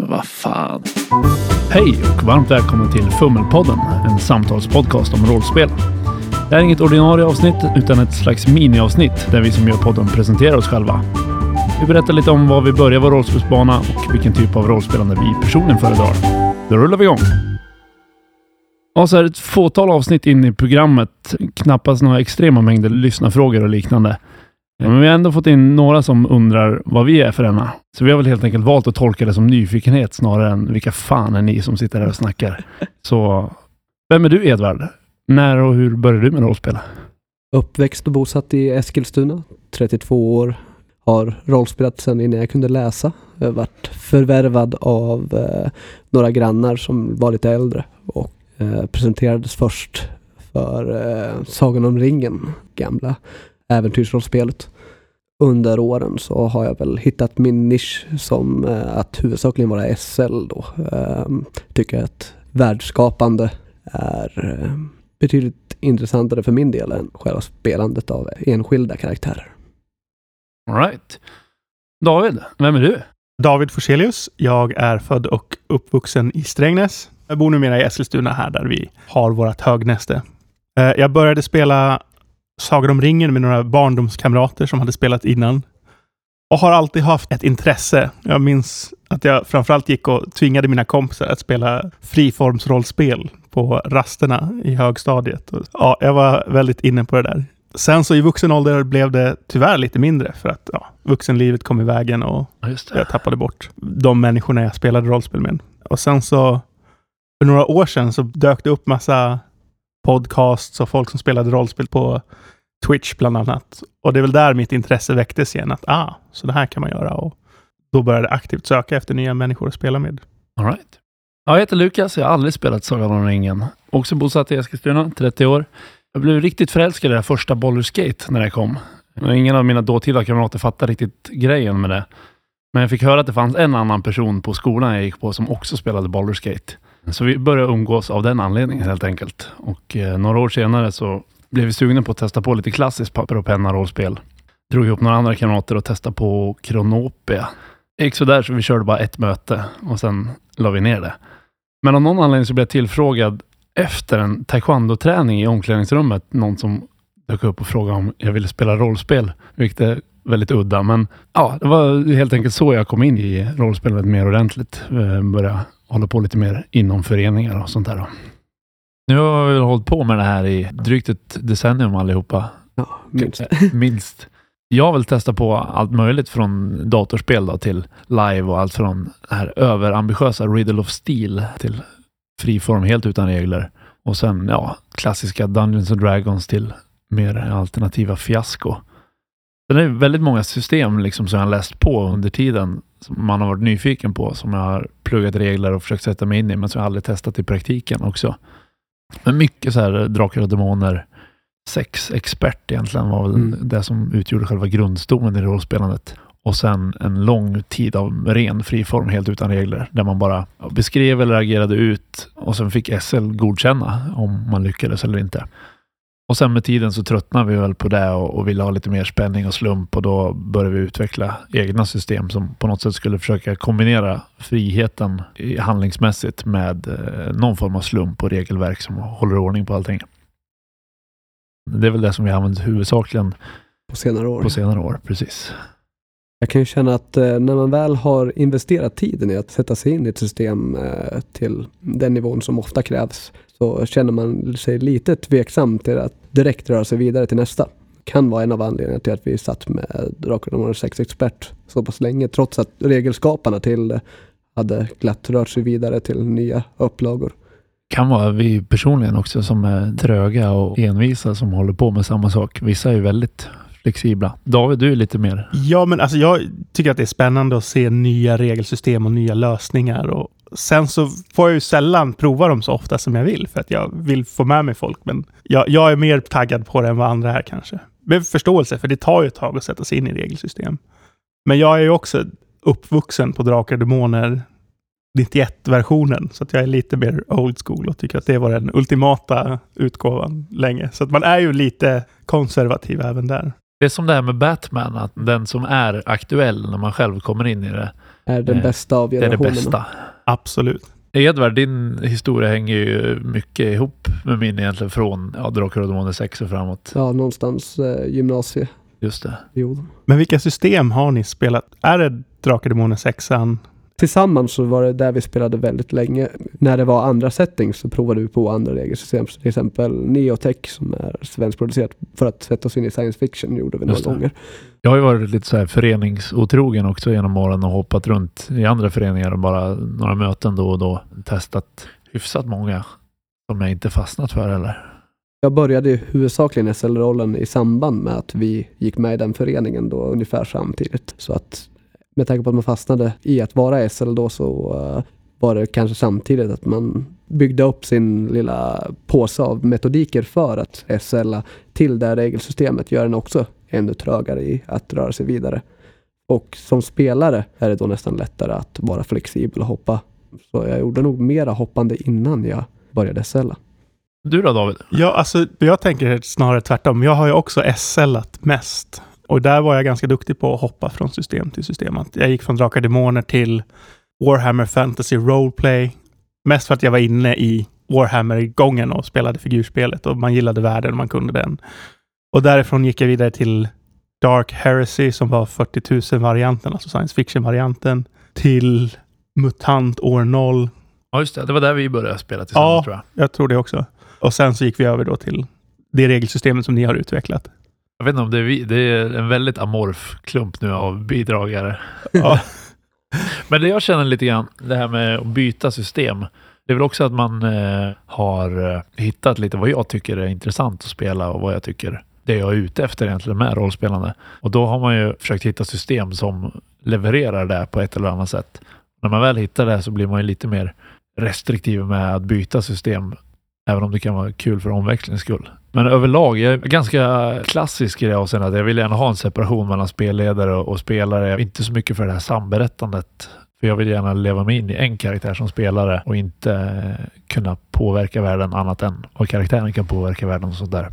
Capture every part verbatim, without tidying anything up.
Vad fan. Hej och varmt välkommen till Fummelpodden, en samtalspodcast om rollspel. Det här är inget ordinarie avsnitt utan ett slags miniavsnitt där vi som gör podden presenterar oss själva. Vi berättar lite om vad vi börjar vår rollspelsbana och vilken typ av rollspelande vi personligen föredrar. Då rullar vi igång. Ja, så är det ett fåtal avsnitt in i programmet. Knappast några extrema mängder lyssnarfrågor och liknande. Men vi har ändå fått in några som undrar vad vi är för ena. Så vi har väl helt enkelt valt att tolka det som nyfikenhet snarare än vilka fan är ni som sitter här och snackar. Så vem är du, Edvard? När och hur började du med rollspel? Uppväxt och bosatt i Eskilstuna, trettiotvå år. Har rollspelat sedan innan jag kunde läsa. Jag har varit förvärvad av eh, några grannar som var lite äldre och eh, presenterades först för eh, Sagan om ringen, gamla äventyrsrollspelet. Under åren så har jag väl hittat min nisch som eh, att huvudsakligen vara S L då. Eh, tycker att världsskapande är eh, betydligt intressantare för min del än själva spelandet av enskilda karaktärer. All right. David, vem är du? David Forselius. Jag är född och uppvuxen i Strängnäs. Jag bor numera i Eskilstuna här där vi har vårt högnäste. Jag började spela Sagan om ringen med några barndomskamrater som hade spelat innan. Och har alltid haft ett intresse. Jag minns att jag framförallt gick och tvingade mina kompisar att spela friformsrollspel på rasterna i högstadiet. Ja, jag var väldigt inne på det där. Sen så i vuxen ålder blev det tyvärr lite mindre för att ja, vuxenlivet kom i vägen och jag tappade bort de människorna jag spelade rollspel med. Och sen så för några år sedan så dök det upp massa podcasts och folk som spelade rollspel på Twitch bland annat. Och det är väl där mitt intresse väcktes igen att ah, så det här kan man göra. Och då började jag aktivt söka efter nya människor att spela med. All right. Ja, jag heter Lukas, jag har aldrig spelat Sagan om ringen. Också bosatt i Eskilstuna, trettio år. Jag blev riktigt förälskad i det första Baldur's Gate när det kom. Och ingen av mina dåtida kamrater fattade riktigt grejen med det. Men jag fick höra att det fanns en annan person på skolan jag gick på som också spelade Baldur's Gate. Så vi började umgås av den anledningen helt enkelt. Och eh, några år senare så blev vi sugna på att testa på lite klassiskt papper och penna rollspel. Drog ihop några andra kamrater och testade på Kronopia. Det gick så där så vi körde bara ett möte och sen la vi ner det. Men av någon anledning så blev jag tillfrågad efter en taekwondo-träning i omklädningsrummet. Någon som dök upp och frågade om jag ville spela rollspel. Vilket är väldigt udda. Men ja, det var helt enkelt så jag kom in i rollspelet mer ordentligt. Började hålla på lite mer inom föreningar och sånt där då. Nu har vi hållit på med det här i drygt ett decennium allihopa. Ja, minst. minst. Jag har väl testat på allt möjligt från datorspel då till live och allt från det här överambitiösa Riddle of Steel till friform helt utan regler. Och sen ja, klassiska Dungeons and Dragons till mer alternativa fiasko. Det är väldigt många system liksom som jag har läst på under tiden som man har varit nyfiken på, som jag har pluggat regler och försökt sätta mig in i men som jag aldrig testat i praktiken också. Men mycket så här drakar och demoner, sexexpert egentligen var väl mm. det som utgjorde själva grundstommen i rollspelandet. Och sen en lång tid av ren friform helt utan regler där man bara beskrev eller agerade ut och sen fick S L godkänna om man lyckades eller inte. Och sen med tiden så tröttnade vi väl på det och, och ville ha lite mer spänning och slump och då började vi utveckla egna system som på något sätt skulle försöka kombinera friheten handlingsmässigt med eh, någon form av slump och regelverk som håller ordning på allting. Det är väl det som vi har använt huvudsakligen på senare år. På senare år, precis. Jag kan ju känna att eh, när man väl har investerat tiden i att sätta sig in i ett system eh, till den nivån som ofta krävs så känner man sig lite tveksam till att direkt röra sig vidare till nästa. Kan vara en av anledningarna till att vi satt med Drakar och Demoner sex expert så pass länge trots att regelskaparna till hade glatt rört sig vidare till nya upplagor. Kan vara vi personligen också som är tröga och envisa som håller på med samma sak. Vissa är ju väldigt flexibla. David, du är lite mer. Ja, men alltså jag tycker att det är spännande att se nya regelsystem och nya lösningar. Och sen så får jag ju sällan prova dem så ofta som jag vill för att jag vill få med mig folk. Men jag, jag är mer taggad på det än vad andra här kanske. Med förståelse, för det tar ju ett tag att sätta sig in i regelsystem. Men jag är ju också uppvuxen på Drakar och Demoner nittioett-versionen. Så att jag är lite mer old school och tycker att det var den ultimata utgåvan länge. Så att man är ju lite konservativ även där. Det är som det här med Batman, att den som är aktuell när man själv kommer in i det är den eh, bästa av det är det generationerna. bästa. Absolut. Edvard, din historia hänger ju mycket ihop med min egentligen från ja, Drakar och Demoner sex och framåt. Ja, någonstans eh, gymnasie. Just det. Jo. Men vilka system har ni spelat? Är det Drakar och Demoner sexan? Tillsammans så var det där vi spelade väldigt länge. När det var andra settings så provade vi på andra regelsystem. Så till exempel Neotech som är svenskproducerat för att sätta oss in i science fiction gjorde vi några gånger. Jag har ju varit lite så här föreningsotrogen också genom åren och hoppat runt i andra föreningar och bara några möten då och då testat hyfsat många som jag inte fastnat för heller. Jag började ju huvudsakligen S L-rollen i samband med att vi gick med i den föreningen då ungefär samtidigt. Så att med tanke på att man fastnade i att vara S L då så uh, var det kanske samtidigt att man byggde upp sin lilla påse av metodiker för att S L till det regelsystemet gör den också ännu trögare i att röra sig vidare. Och som spelare är det då nästan lättare att vara flexibel och hoppa. Så jag gjorde nog mera hoppande innan jag började S L. Du då, David? Ja, alltså jag tänker snarare tvärtom. Jag har ju också S L-at mest. Och där var jag ganska duktig på att hoppa från system till system. Jag gick från Drakar och Demoner till Warhammer Fantasy Roleplay. Mest för att jag var inne i Warhammer-gången och spelade figurspelet. Och man gillade världen och man kunde den. Och därifrån gick jag vidare till Dark Heresy som var fyrtio tusen-varianten, alltså science fiction-varianten. Till Mutant År noll. Ja, just det. Det var där vi började spela tillsammans, Ja, tror jag. jag tror det också. Och sen så gick vi över då till det regelsystemet som ni har utvecklat. Jag vet inte om det är vi. Det är en väldigt amorf klump nu av bidragare. Ja. Men det jag känner lite grann, det här med att byta system. Det är väl också att man eh, har eh, hittat lite vad jag tycker är intressant att spela och vad jag tycker det jag är ute efter egentligen med rollspelande. Och då har man ju försökt hitta system som levererar det på ett eller annat sätt. När man väl hittar det så blir man ju lite mer restriktiv med att byta system. Även om det kan vara kul för omväxlings skull. Men överlag, jag är ganska klassisk i det avseendet att jag vill gärna ha en separation mellan spelledare och, och spelare. Jag är inte så mycket för det här samberättandet. För jag vill gärna leva mig in i en karaktär som spelare och inte eh, kunna påverka världen annat än vad karaktären kan påverka världen och sånt där.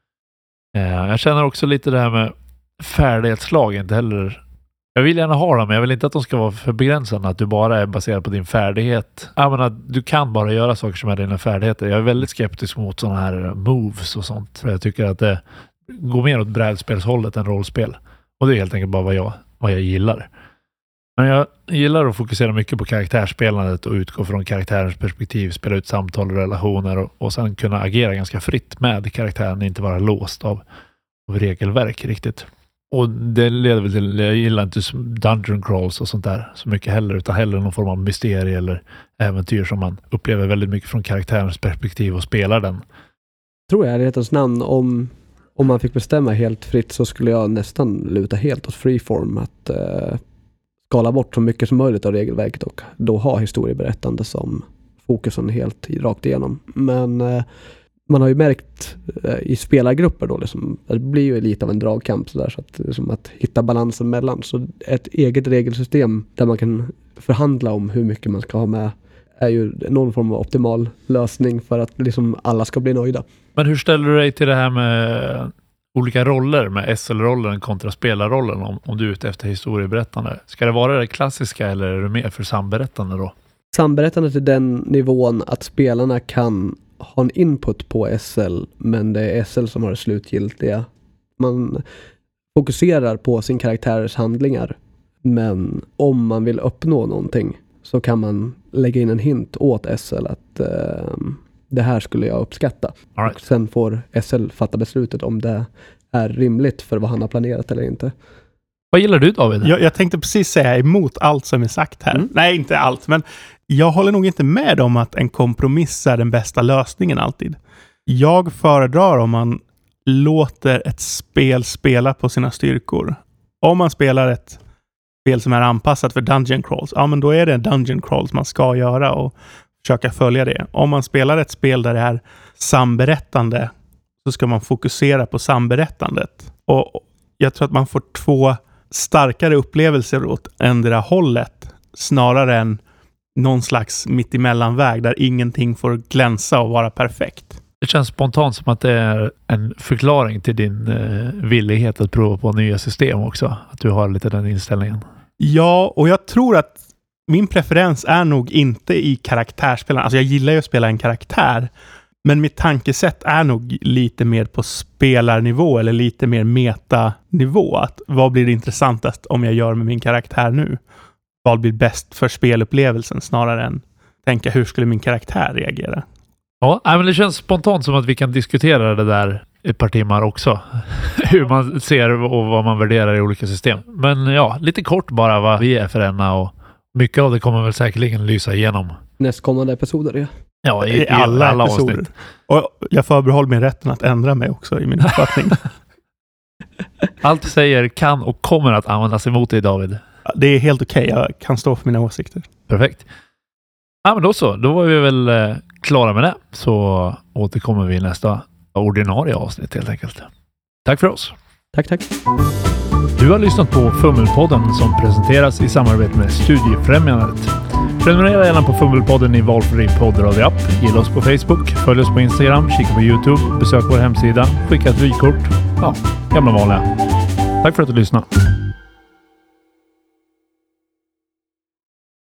Eh, jag känner också lite det här med färdighetslag, inte heller. Jag vill gärna ha dem, men jag vill inte att de ska vara för begränsande, att du bara är baserad på din färdighet. Jag menar, du kan bara göra saker som är dina färdigheter. Jag är väldigt skeptisk mot sådana här moves och sånt. För jag tycker att det går mer åt brädspelshållet än rollspel. Och det är helt enkelt bara vad jag, vad jag gillar. Men jag gillar att fokusera mycket på karaktärsspelandet och utgå från karaktärens perspektiv, spela ut samtal och relationer och, och sen kunna agera ganska fritt med karaktären, inte vara låst av, av regelverk riktigt. Och det leder väl till, jag gillar inte dungeon crawls och sånt där så mycket heller, utan hellre någon form av mysterie eller äventyr som man upplever väldigt mycket från karaktärens perspektiv och spelar den. Tror jag i rättens namn, om, om man fick bestämma helt fritt så skulle jag nästan luta helt åt freeform, att eh, skala bort så mycket som möjligt av regelverket och då ha historieberättande som fokusen helt rakt igenom. Men eh, man har ju märkt eh, i spelargrupper då, liksom, det blir ju lite av en dragkamp så där, så att, liksom, att hitta balansen mellan. Så ett eget regelsystem där man kan förhandla om hur mycket man ska ha med är ju någon form av optimal lösning för att liksom alla ska bli nöjda. Men hur ställer du dig till det här med olika roller, med S L-rollen kontra spelarrollen, om, om du är ute efter historieberättande? Ska det vara det klassiska eller är du mer för samberättande då? Samberättande till den nivån att spelarna kan ha en input på S L, men det är S L som har det slutgiltiga. Man fokuserar på sin karaktärs handlingar, men om man vill uppnå någonting så kan man lägga in en hint åt S L att uh, det här skulle jag uppskatta. All right. Och sen får S L fatta beslutet om det är rimligt för vad han har planerat eller inte. Vad gillar du, David? Jag, jag tänkte precis säga emot allt som är sagt här. Mm. Nej, inte allt, men jag håller nog inte med om att en kompromiss är den bästa lösningen alltid. Jag föredrar om man låter ett spel spela på sina styrkor. Om man spelar ett spel som är anpassat för dungeon crawls, ja men då är det dungeon crawls man ska göra och försöka följa det. Om man spelar ett spel där det är samberättande så ska man fokusera på samberättandet. Och jag tror att man får två starkare upplevelser åt ändra hållet snarare än någon slags mittemellanväg där ingenting får glänsa och vara perfekt. Det känns spontant som att det är en förklaring till din eh, villighet att prova på nya system också. Att du har lite den inställningen. Ja, och jag tror att min preferens är nog inte i karaktärsspelaren. Alltså jag gillar ju att spela en karaktär. Men mitt tankesätt är nog lite mer på spelarnivå eller lite mer metanivå. Att vad blir det intressantast om jag gör med min karaktär nu? Vad blir bäst för spelupplevelsen snarare än tänka hur skulle min karaktär reagera? Ja, men det känns spontant som att vi kan diskutera det där ett par timmar också. Hur man ser och vad man värderar i olika system. Men ja, lite kort bara vad vi är för ena och mycket av det kommer väl säkerligen lysa igenom. Nästkommande episoder, ja. Ja, i, I alla, alla episoder. Avsnitt. Och jag förbehåller mig rätten att ändra mig också i min uppfattning. Allt du säger kan och kommer att användas emot dig, David. Det är helt okej. Okay. Jag kan stå för mina åsikter. Perfekt. Ja, men då så. Då var vi väl eh, klara med det. Så återkommer vi i nästa ordinarie avsnitt helt enkelt. Tack för oss. Tack, tack. Du har lyssnat på Fummelpodden som presenteras i samarbete med Studiefrämjandet. Prenumerera gärna på Fummelpodden i valfri poddradioapp. Gilla oss på Facebook, följ oss på Instagram, kika på YouTube, besök vår hemsida, skicka ett vykort. Ja, gamla vanliga. Tack för att du lyssnade.